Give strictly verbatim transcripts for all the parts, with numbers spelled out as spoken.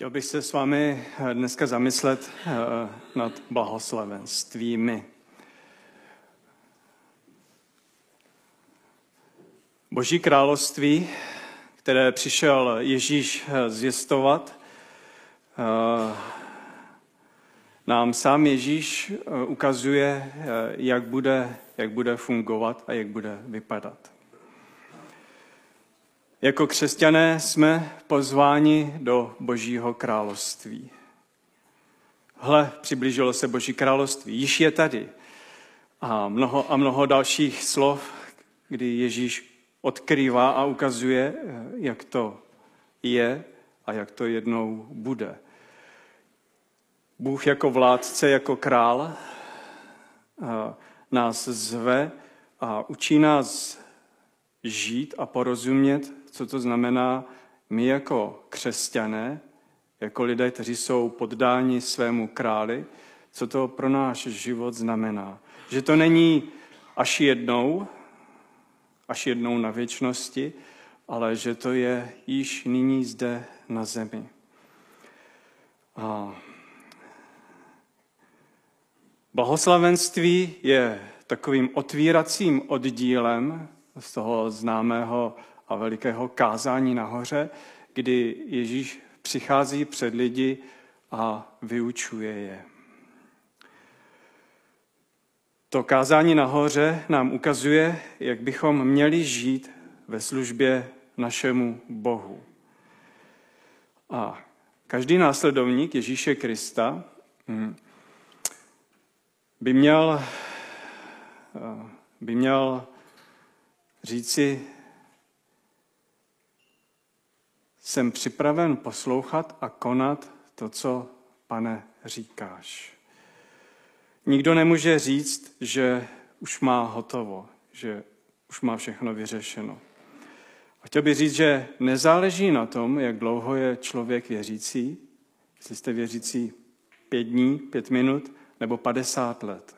Chtěl bych se s vámi dneska zamyslet nad blahoslavenstvími. Boží království, které přišel Ježíš zvěstovat, nám sám Ježíš ukazuje, jak bude, jak bude fungovat a jak bude vypadat. Jako křesťané jsme pozváni do Božího království. Hle, přiblížilo se Boží království, již je tady. A mnoho a mnoho dalších slov, kdy Ježíš odkrývá a ukazuje, jak to je a jak to jednou bude. Bůh jako vládce, jako král nás zve a učí nás žít a porozumět, co to znamená my jako křesťané, jako lidé, kteří jsou poddáni svému králi, co to pro náš život znamená. Že to není až jednou, až jednou na věčnosti, ale že to je již nyní zde na zemi. A blahoslavenství je takovým otvíracím oddílem z toho známého a velikého kázání nahoře, kdy Ježíš přichází před lidi a vyučuje je. To kázání nahoře nám ukazuje, jak bychom měli žít ve službě našemu Bohu. A každý následovník Ježíše Krista by měl, by měl říci, jsem připraven poslouchat a konat to, co, Pane, říkáš. Nikdo nemůže říct, že už má hotovo, že už má všechno vyřešeno. A chtěl bych říct, že nezáleží na tom, jak dlouho je člověk věřící, jestli jste věřící pět dní, pět minut nebo padesát let.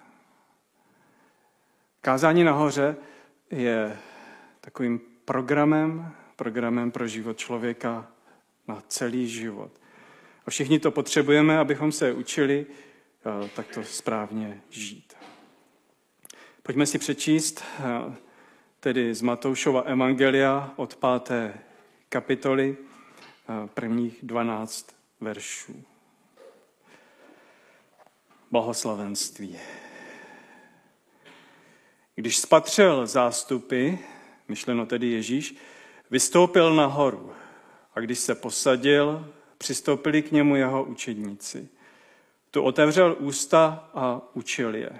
Kázání nahoře je takovým programem, programem pro život člověka na celý život. A všichni to potřebujeme, abychom se učili takto správně žít. Pojďme si přečíst tedy z Matoušova evangelia od páté kapitoly prvních dvanáct veršů. Blahoslavenství. Když spatřil zástupy, myšleno tedy Ježíš, vystoupil nahoru a když se posadil, přistoupili k němu jeho učedníci. Tu otevřel ústa a učil je.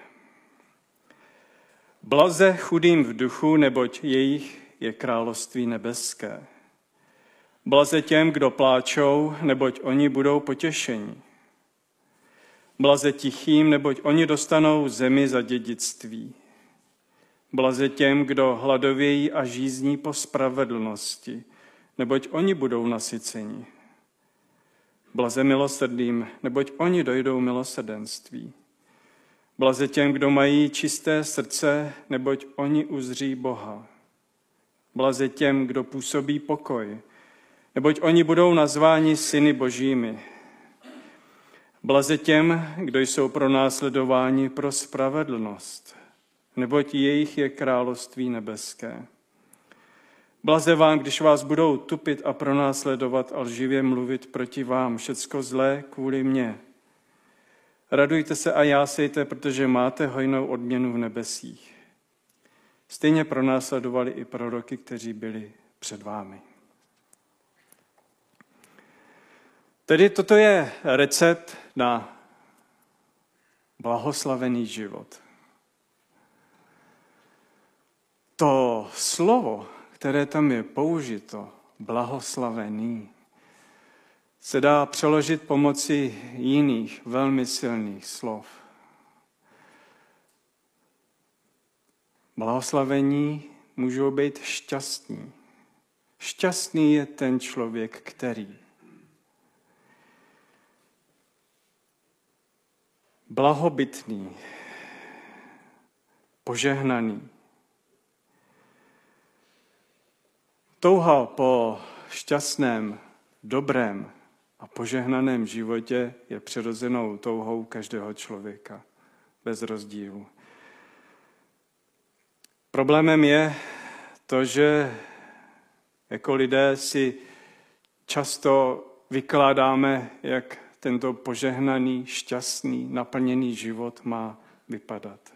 Blaze chudým v duchu, neboť jejich je království nebeské. Blaze těm, kdo pláčou, neboť oni budou potěšeni. Blaze tichým, neboť oni dostanou zemi za dědictví. Blaze těm, kdo hladovějí a žízní po spravedlnosti, neboť oni budou nasyceni. Blaze milosrdným, neboť oni dojdou milosrdenství. Blaze těm, kdo mají čisté srdce, neboť oni uzří Boha. Blaze těm, kdo působí pokoj, neboť oni budou nazváni syny božími. Blaze těm, kdo jsou pronásledováni pro spravedlnost, neboť jejich je království nebeské. Blaze vám, když vás budou tupit a pronásledovat a lživě mluvit proti vám, všecko zlé kvůli mně. Radujte se a jásejte, protože máte hojnou odměnu v nebesích. Stejně pronásledovali i proroky, kteří byli před vámi. Tedy toto je recept na blahoslavený život. To slovo, které tam je použito, blahoslavený, se dá přeložit pomocí jiných velmi silných slov. Blahoslavení můžou být šťastní. Šťastný je ten člověk, který blahobytný, požehnaný. Touha po šťastném, dobrém a požehnaném životě je přirozenou touhou každého člověka, bez rozdílu. Problémem je to, že jako lidé si často vykládáme, jak tento požehnaný, šťastný, naplněný život má vypadat.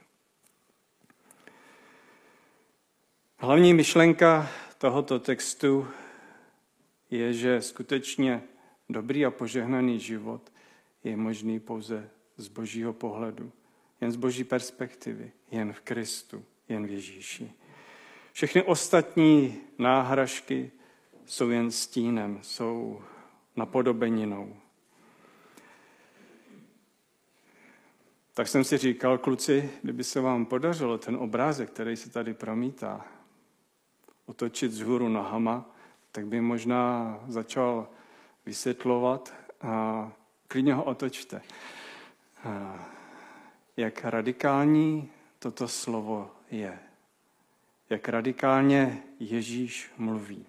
Hlavní myšlenka tohoto textu je, že skutečně dobrý a požehnaný život je možný pouze z božího pohledu, jen z boží perspektivy, jen v Kristu, jen v Ježíši. Všechny ostatní náhražky jsou jen stínem, jsou napodobeninou. Tak jsem si říkal, kluci, kdyby se vám podařilo ten obrázek, který se tady promítá, otočit vzhůru nohama, tak by možná začal vysvětlovat a klidně ho otočte. A jak radikální toto slovo je. Jak radikálně Ježíš mluví.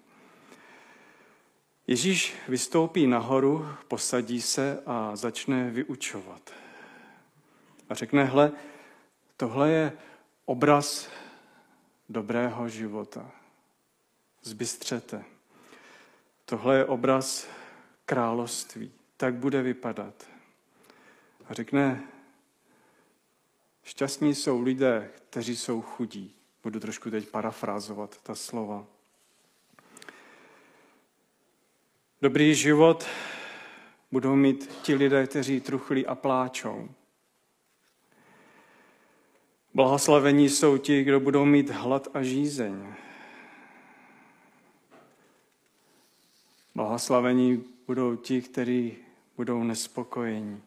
Ježíš vystoupí nahoru, posadí se a začne vyučovat. A řekne, hle, tohle je obraz dobrého života. Zbystřete. Tohle je obraz království. Tak bude vypadat. A řekne, šťastní jsou lidé, kteří jsou chudí. Budu trošku teď parafrázovat ta slova. Dobrý život budou mít ti lidé, kteří truchlí a pláčou. Blahoslavení jsou ti, kdo budou mít hlad a žízeň. Blahoslavení budou ti, kteří budou nespokojení.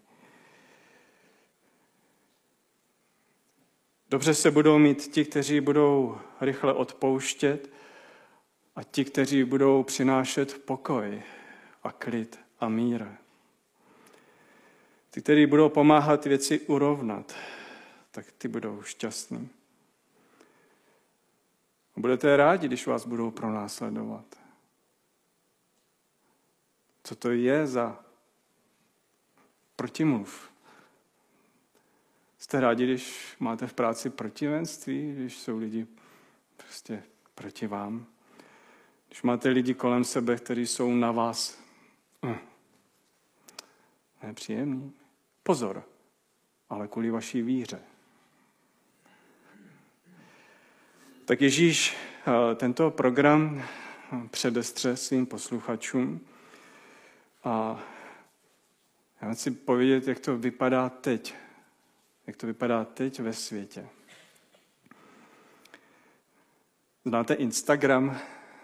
Dobře se budou mít ti, kteří budou rychle odpouštět a ti, kteří budou přinášet pokoj a klid a mír. Ti, kteří budou pomáhat věci urovnat, tak ty budou šťastní. Budete rádi, když vás budou pronásledovat. Co to je za protimluv? Jste rádi, když máte v práci protivenství, když jsou lidi prostě proti vám? Když máte lidi kolem sebe, kteří jsou na vás uh, nepříjemní? Pozor, ale kvůli vaší víře. Tak Ježíš tento program předestře svým posluchačům a já chci povědět, jak to vypadá teď. Jak to vypadá teď ve světě. Znáte Instagram?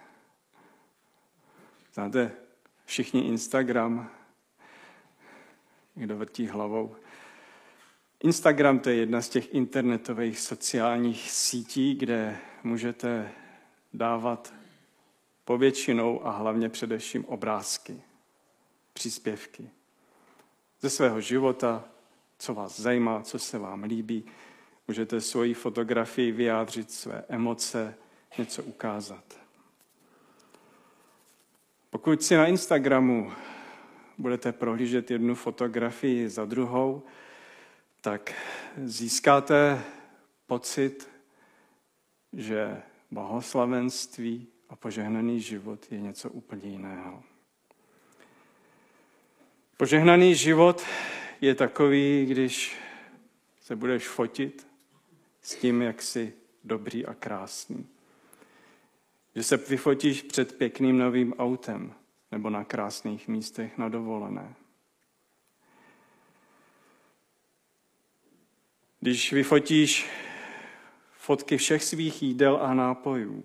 Znáte všichni Instagram? Kdo vrtí hlavou? Instagram to je jedna z těch internetových sociálních sítí, kde můžete dávat povětšinou a hlavně především obrázky, příspěvky ze svého života, co vás zajímá, co se vám líbí. Můžete svoji fotografii vyjádřit, své emoce, něco ukázat. Pokud si na Instagramu budete prohlížet jednu fotografii za druhou, tak získáte pocit, že blahoslavenství a požehnaný život je něco úplně jiného. Požehnaný život je takový, když se budeš fotit s tím, jak jsi dobrý a krásný. Že se vyfotíš před pěkným novým autem nebo na krásných místech na dovolené. Když vyfotíš fotky všech svých jídel a nápojů.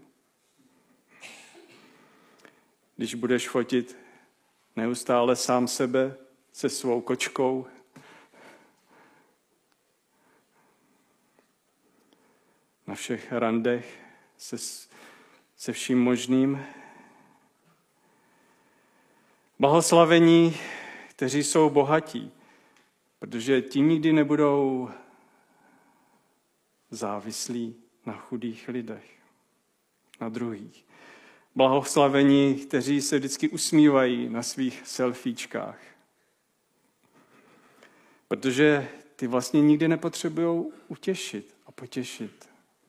Když budeš fotit neustále sám sebe se svou kočkou. Na všech randech se, se vším možným. Blahoslavení, kteří jsou bohatí, protože ti nikdy nebudou závislí na chudých lidech, na druhých. Blahoslavení, kteří se vždycky usmívají na svých selfiečkách. Protože ty vlastně nikdy nepotřebují utěšit a potěšit.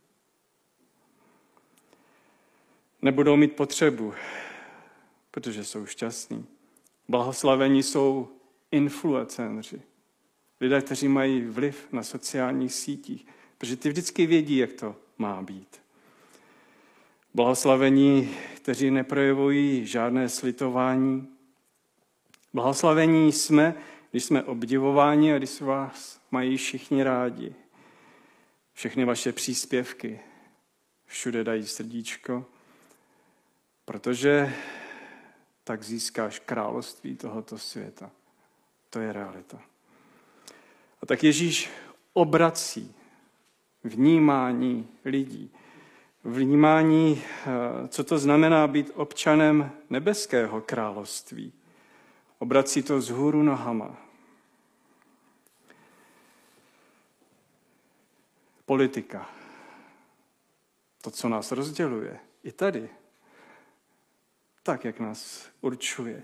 Nebudou mít potřebu, protože jsou šťastní. Blahoslavení jsou influenceři. Lidé, kteří mají vliv na sociálních sítích, protože ty vždycky vědí, jak to má být. Blahoslavení, kteří neprojevují žádné slitování. Blahoslavení jsme, když jsme obdivováni a když vás mají všichni rádi. Všechny vaše příspěvky všude dají srdíčko, protože tak získáš království tohoto světa. To je realita. A tak Ježíš obrací vnímání lidí, vnímání, co to znamená být občanem nebeského království. Obrací to vzhůru nohama. Politika. To, co nás rozděluje. I tady. Tak, jak nás určuje.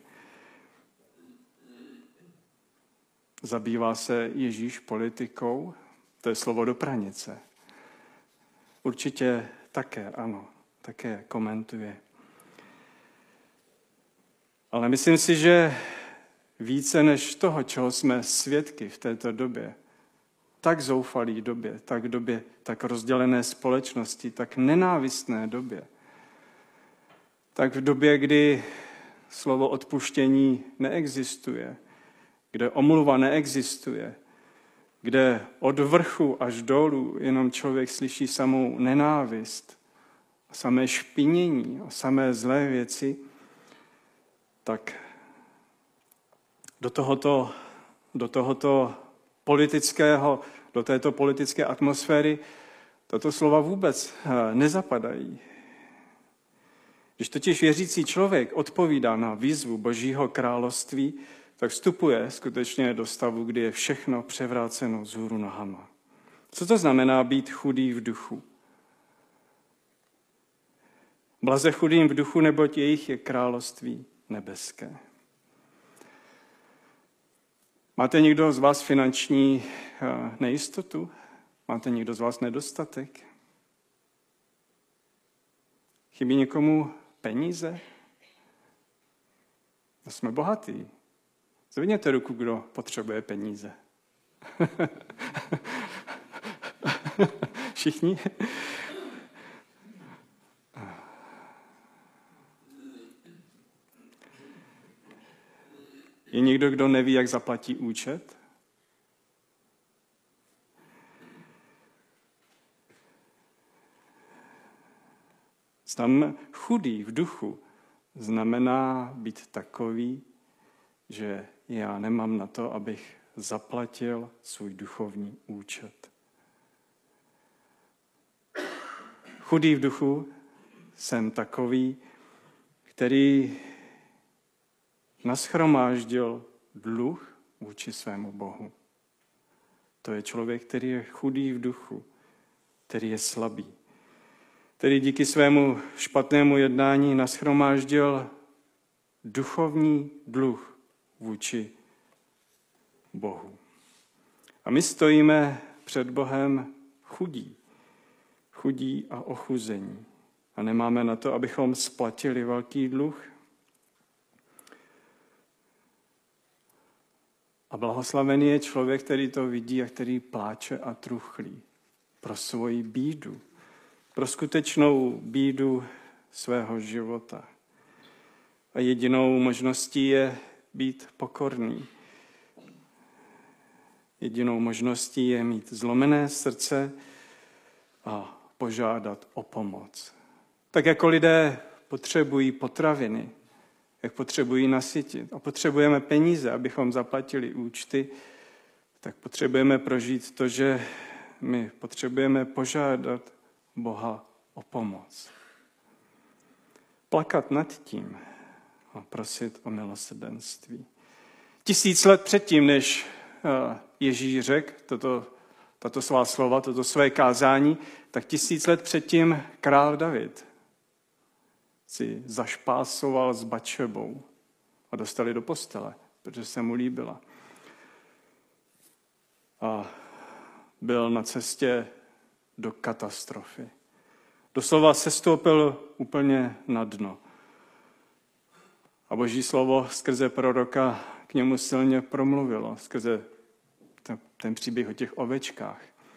Zabývá se Ježíš politikou? To je slovo do pranice. Určitě také, ano, také komentuje. Ale myslím si, že více než toho, čeho jsme svědky v této době, tak zoufalý době, tak době, tak rozdělené společnosti, tak nenávistné době, tak v době, kdy slovo odpuštění neexistuje, kde omluva neexistuje, kde od vrchu až dolů jenom člověk slyší samou nenávist, a samé špinění a samé zlé věci, tak do tohoto, do tohoto politického, do této politické atmosféry tato slova vůbec nezapadají. Když totiž věřící člověk odpovídá na výzvu Božího království, tak vstupuje skutečně do stavu, kdy je všechno převráceno vzhůru nohama. Co to znamená být chudý v duchu? Blaze chudým v duchu, neboť jejich je království nebeské. Máte někdo z vás finanční nejistotu? Máte někdo z vás nedostatek? Chybí někomu peníze? Jsme bohatí. Zvedněte ruku, kdo potřebuje peníze. Všichni? Je někdo, kdo neví, jak zaplatí účet? Tam chudý v duchu znamená být takový, že já nemám na to, abych zaplatil svůj duchovní účet. Chudý v duchu jsem takový, který nashromáždil dluh vůči svému Bohu. To je člověk, který je chudý v duchu, který je slabý, který díky svému špatnému jednání nashromáždil duchovní dluh vůči Bohu. A my stojíme před Bohem chudí, chudí a ochuzení. A nemáme na to, abychom splatili velký dluh. A blahoslavený je člověk, který to vidí a který pláče a truchlí pro svoji bídu, pro skutečnou bídu svého života. A jedinou možností je být pokorný. Jedinou možností je mít zlomené srdce a požádat o pomoc. Tak jako lidé potřebují potraviny, jak potřebují nasytit a potřebujeme peníze, abychom zaplatili účty, tak potřebujeme prožít to, že my potřebujeme požádat Boha o pomoc. Plakat nad tím a prosit o milosrdenství. Tisíc let předtím, než Ježíš řekl toto, tato svá slova, toto své kázání, tak tisíc let předtím král David si zašpásoval s Batšebou a dostali do postele, protože se mu líbila. A byl na cestě do katastrofy. Doslova sestoupil úplně na dno. A Boží slovo skrze proroka k němu silně promluvilo, skrze ten, ten příběh o těch ovečkách.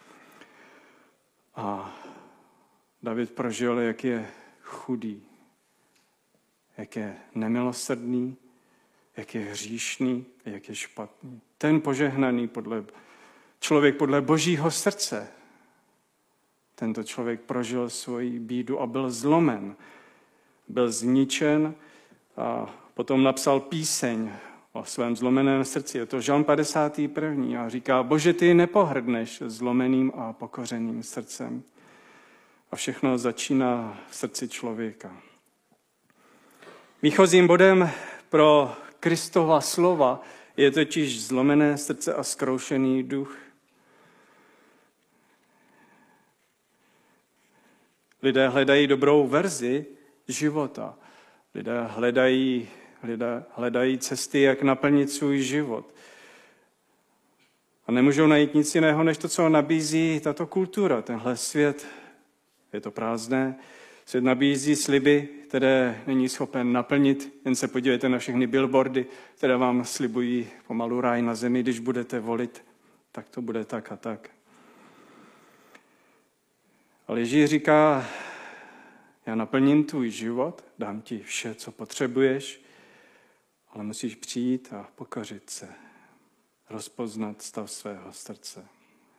A David prožil, jak je chudý, jak je nemilosrdný, jak je hříšný a jak je špatný. Ten požehnaný podle, člověk podle Božího srdce, tento člověk prožil svoji bídu a byl zlomen, byl zničen a potom napsal píseň o svém zlomeném srdci. Je to Žalm padesátý první a říká: Bože, ty nepohrdneš zlomeným a pokořeným srdcem. A všechno začíná v srdci člověka. Výchozím bodem pro Kristova slova je totiž zlomené srdce a zkroušený duch. Lidé hledají dobrou verzi života. Lidé hledají, lidé hledají cesty, jak naplnit svůj život. A nemůžou najít nic jiného, než to, co nabízí tato kultura. Tenhle svět je to prázdné. Svět nabízí sliby, které není schopen naplnit. Jen se podívejte na všechny billboardy, které vám slibují pomalu ráj na zemi. Když budete volit, tak to bude tak a tak. Ale Ježíš říká: já naplním tvůj život, dám ti vše, co potřebuješ, ale musíš přijít a pokořit se, rozpoznat stav svého srdce.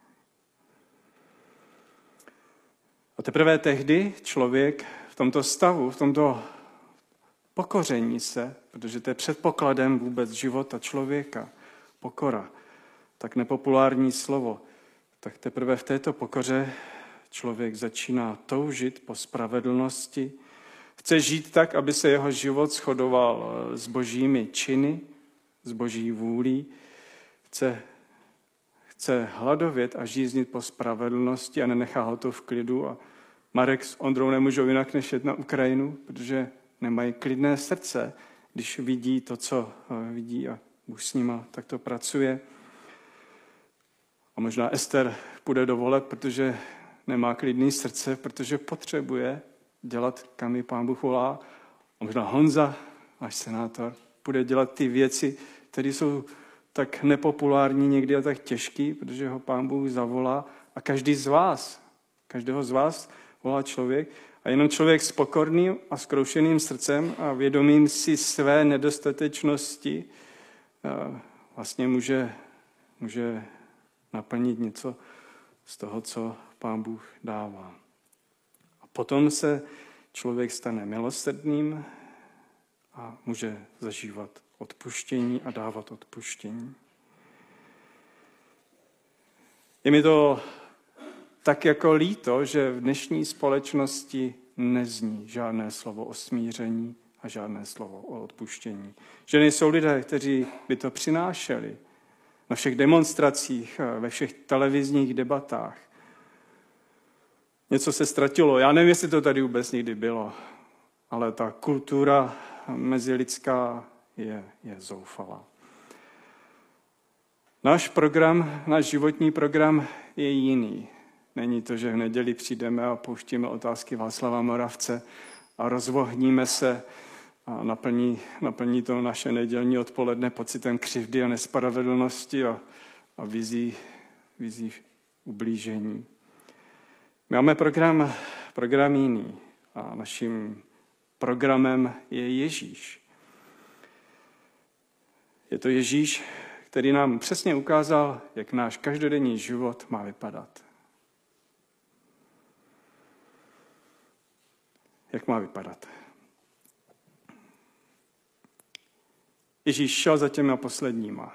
A teprve tehdy člověk v tomto stavu, v tomto pokoření se, protože to je předpokladem vůbec života člověka, pokora, tak nepopulární slovo, tak teprve v této pokoře člověk začíná toužit po spravedlnosti, chce žít tak, aby se jeho život shodoval s božími činy, s boží vůlí, chce, chce hladovět a žíznit po spravedlnosti a nenechá ho to v klidu. A Marek s Ondrou nemůžou jinak než jet na Ukrajinu, protože nemají klidné srdce, když vidí to, co vidí a Bůh s nima takto pracuje. A možná Ester půjde do voleb, protože nemá klidné srdce, protože potřebuje dělat, kam ji Pán Bůh volá. A možná Honza, náš senátor, bude dělat ty věci, které jsou tak nepopulární někdy a tak těžký, protože ho Pán Bůh zavolá. A každý z vás, každého z vás volá člověk. A jenom člověk s pokorným a zkroušeným srdcem a vědomím si své nedostatečnosti vlastně může, může naplnit něco z toho, co Pán Bůh dává. A potom se člověk stane milosrdným a může zažívat odpuštění a dávat odpuštění. Je mi to tak jako líto, že v dnešní společnosti nezní žádné slovo o smíření a žádné slovo o odpuštění. Že nejsou lidé, kteří by to přinášeli na všech demonstracích, ve všech televizních debatách. Něco se ztratilo. Já nevím, jestli to tady vůbec někdy bylo, ale ta kultura mezilidská je, je zoufalá. Náš program, náš životní program je jiný. Není to, že v neděli přijdeme a pouštíme otázky Václava Moravce a rozvohníme se a naplní, naplní to naše nedělní odpoledne pocitem křivdy a nespravedlnosti a, a vizí, vizí ublížení. Máme program, program jiný a naším programem je Ježíš. Je to Ježíš, který nám přesně ukázal, jak náš každodenní život má vypadat. Jak má vypadat. Ježíš šel za těma posledníma.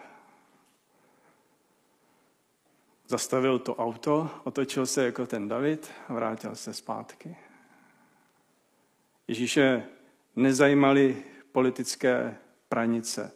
Zastavil to auto, otočil se jako ten David a vrátil se zpátky. Ježíše nezajímaly politické pranice.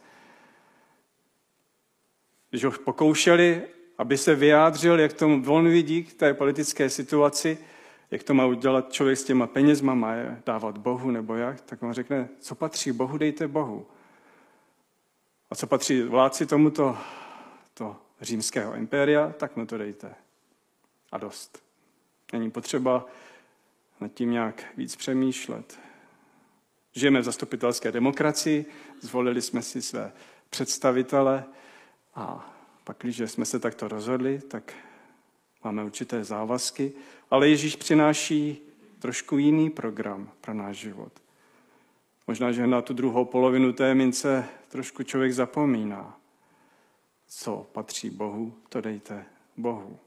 Když ho pokoušeli, aby se vyjádřil, jak tomu on vidí k té politické situaci, jak to má udělat člověk s těma penězma, má je dávat Bohu nebo jak, tak on řekne, co patří Bohu, dejte Bohu. A co patří vládci tomuto to římského impéria, tak mu to dejte. A dost. Není potřeba nad tím nějak víc přemýšlet. Žijeme v zastupitelské demokracii, zvolili jsme si své představitele a pak, když jsme se takto rozhodli, tak máme určité závazky, ale Ježíš přináší trošku jiný program pro náš život. Možná, že na tu druhou polovinu té mince trošku člověk zapomíná. Co patří Bohu, to dejte Bohu.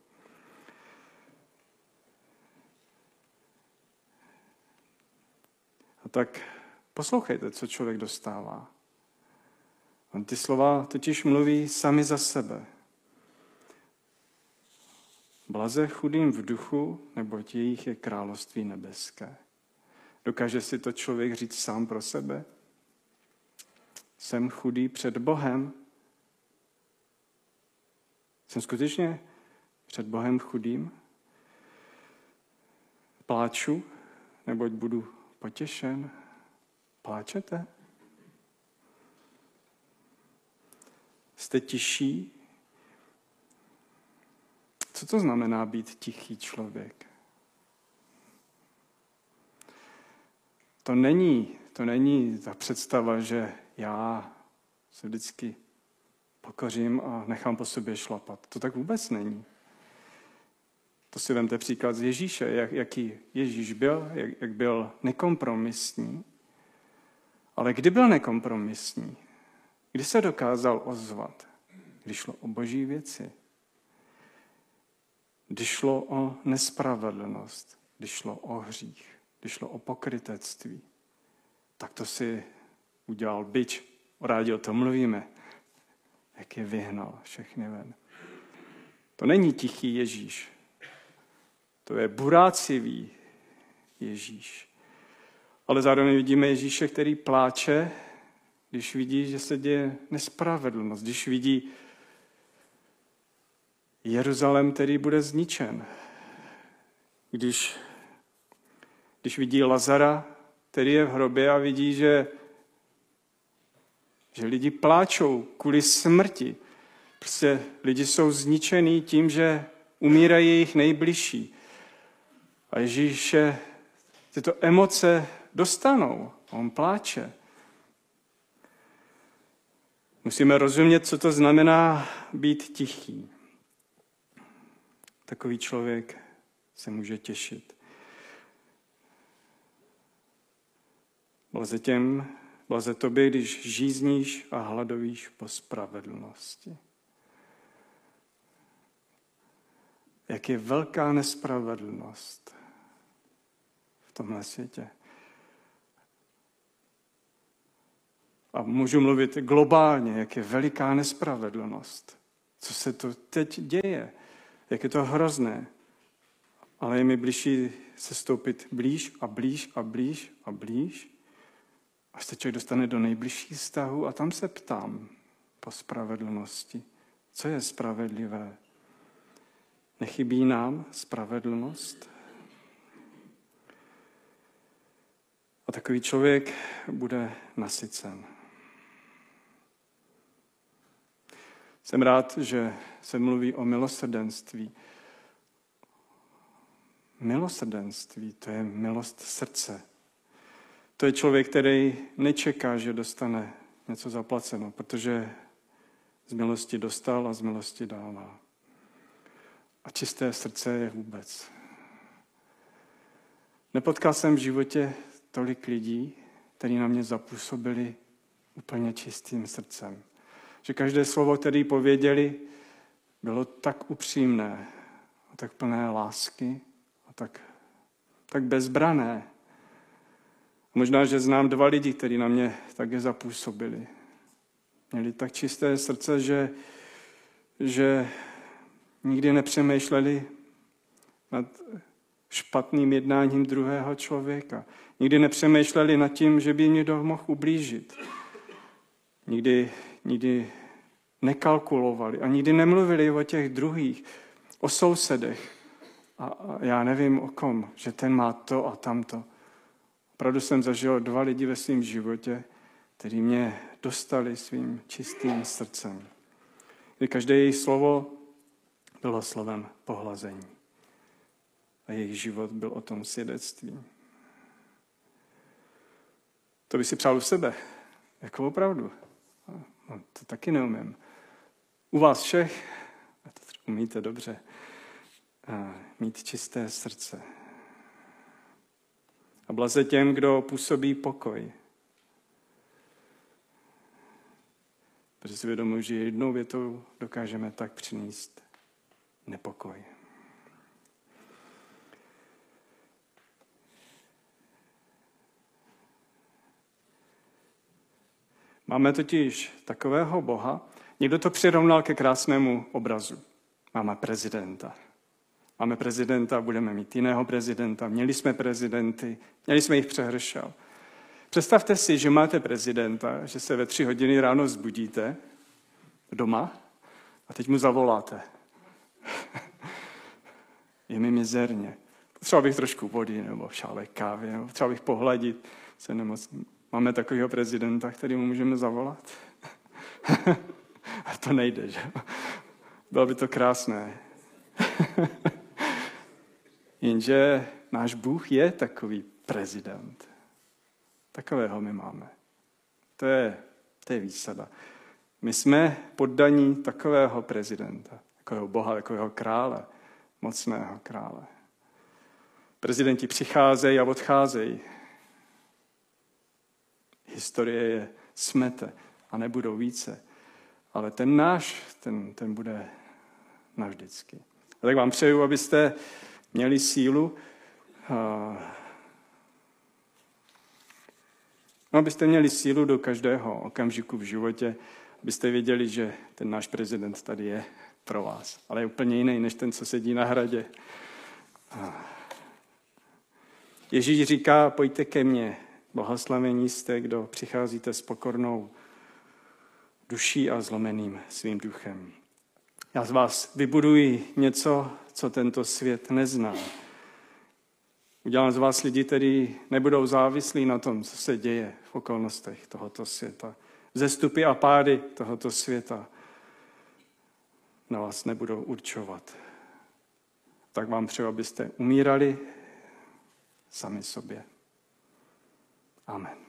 A tak poslouchejte, co člověk dostává. On ty slova totiž mluví sami za sebe. Blaze chudým v duchu, neboť jejich je království nebeské. Dokáže si to člověk říct sám pro sebe? Jsem chudý před Bohem. Jsem skutečně před Bohem chudým? Pláču, neboť budu potěšen. Pláčete? Jste tiší? Co to znamená být tichý člověk? To není, to není ta představa, že já se vždycky pokořím a nechám po sobě šlapat. To tak vůbec není. To si vemte příklad z Ježíše, jak, jaký Ježíš byl, jak, jak byl nekompromisní. Ale kdy byl nekompromisní? Kdy se dokázal ozvat? Když šlo o boží věci. Když šlo o nespravedlnost, když šlo o hřích, když šlo o pokrytectví, tak to si udělal bič. Rádi o tom mluvíme, jak je vyhnal všechny ven. To není tichý Ježíš. To je burácivý Ježíš. Ale zároveň vidíme Ježíše, který pláče, když vidí, že se děje nespravedlnost, když vidí Jeruzalém, který bude zničen. Když, když vidí Lazara, který je v hrobě a vidí, že, že lidi pláčou kvůli smrti. Prostě lidi jsou zničený tím, že umírají jejich nejbližší. A Ježíše tyto emoce dostanou. On pláče. Musíme rozumět, co to znamená být tichý. Takový člověk se může těšit. Blaze těm, blaze tobě, když žízníš a hladovíš po spravedlnosti. Jak je velká nespravedlnost v tomhle světě. A můžu mluvit globálně, jak je veliká nespravedlnost. Co se to teď děje. Jak je to hrozné. Ale je mi blížší se stoupit blíž a blíž a blíž a blíž, až se člověk dostane do nejbližších vztahů a tam se ptám po spravedlnosti. Co je spravedlivé? Nechybí nám spravedlnost? A takový člověk bude nasycen. Jsem rád, že se mluví o milosrdenství. Milosrdenství, to je milost srdce. To je člověk, který nečeká, že dostane něco zaplaceno, protože z milosti dostal a z milosti dává. A čisté srdce je vůbec. Nepotkal jsem v životě tolik lidí, kteří na mě zapůsobili úplně čistým srdcem. Že každé slovo, které pověděli, bylo tak upřímné, a tak plné lásky, a tak, tak bezbrané. Možná, že znám dva lidi, kteří na mě také zapůsobili. Měli tak čisté srdce, že, že nikdy nepřemýšleli nad špatným jednáním druhého člověka. Nikdy nepřemýšleli nad tím, že by jim někdo mohl ublížit. Nikdy, nikdy nekalkulovali a nikdy nemluvili o těch druhých, o sousedech, a, a já nevím o kom, že ten má to a tamto. Opravdu jsem zažil dva lidi ve svém životě, kteří mě dostali svým čistým srdcem. Kdy každé jejich slovo bylo slovem pohlazení. A jejich život byl o tom svědectví. To by si přál u sebe. Jako opravdu. No, to taky neumím. U vás všech, a to umíte dobře, mít čisté srdce. A blaze těm, kdo působí pokoj. Protože si vědomuji, že jednou větou dokážeme tak přinést nepokoj. Máme totiž takového Boha, někdo to přirovnal ke krásnému obrazu. Máme prezidenta. Máme prezidenta, budeme mít jiného prezidenta, měli jsme prezidenty, měli jsme jich přehršel. Představte si, že máte prezidenta, že se ve tři hodiny ráno vzbudíte doma a teď mu zavoláte. Je mi mizerně. Potřeboval bych trošku vody nebo šálek kávy, nebo potřeboval bych pohladit. Se nemocný. Máme takového prezidenta, který mu můžeme zavolat? A to nejde, že? Bylo by to krásné. Jenže náš Bůh je takový prezident. Takového my máme. To je, to je výsada. My jsme poddaní takového prezidenta, takového Boha, takového krále, mocného krále. Prezidenti přicházejí a odcházejí. Historie je smete a nebudou více. Ale ten náš, ten, ten bude navždycky. A tak vám přeju, abyste měli sílu, no, abyste měli sílu do každého okamžiku v životě, abyste věděli, že ten náš prezident tady je pro vás. Ale je úplně jiný, než ten, co sedí na hradě. Ježíš říká, pojďte ke mně, blahoslavení jste, kdo přicházíte s pokornou duší a zlomeným svým duchem. Já z vás vybuduji něco, co tento svět nezná. Udělám z vás lidi, kteří nebudou závislí na tom, co se děje v okolnostech tohoto světa. Vzestupy a pády tohoto světa na vás nebudou určovat. Tak vám přeju, abyste umírali sami sobě. Amen.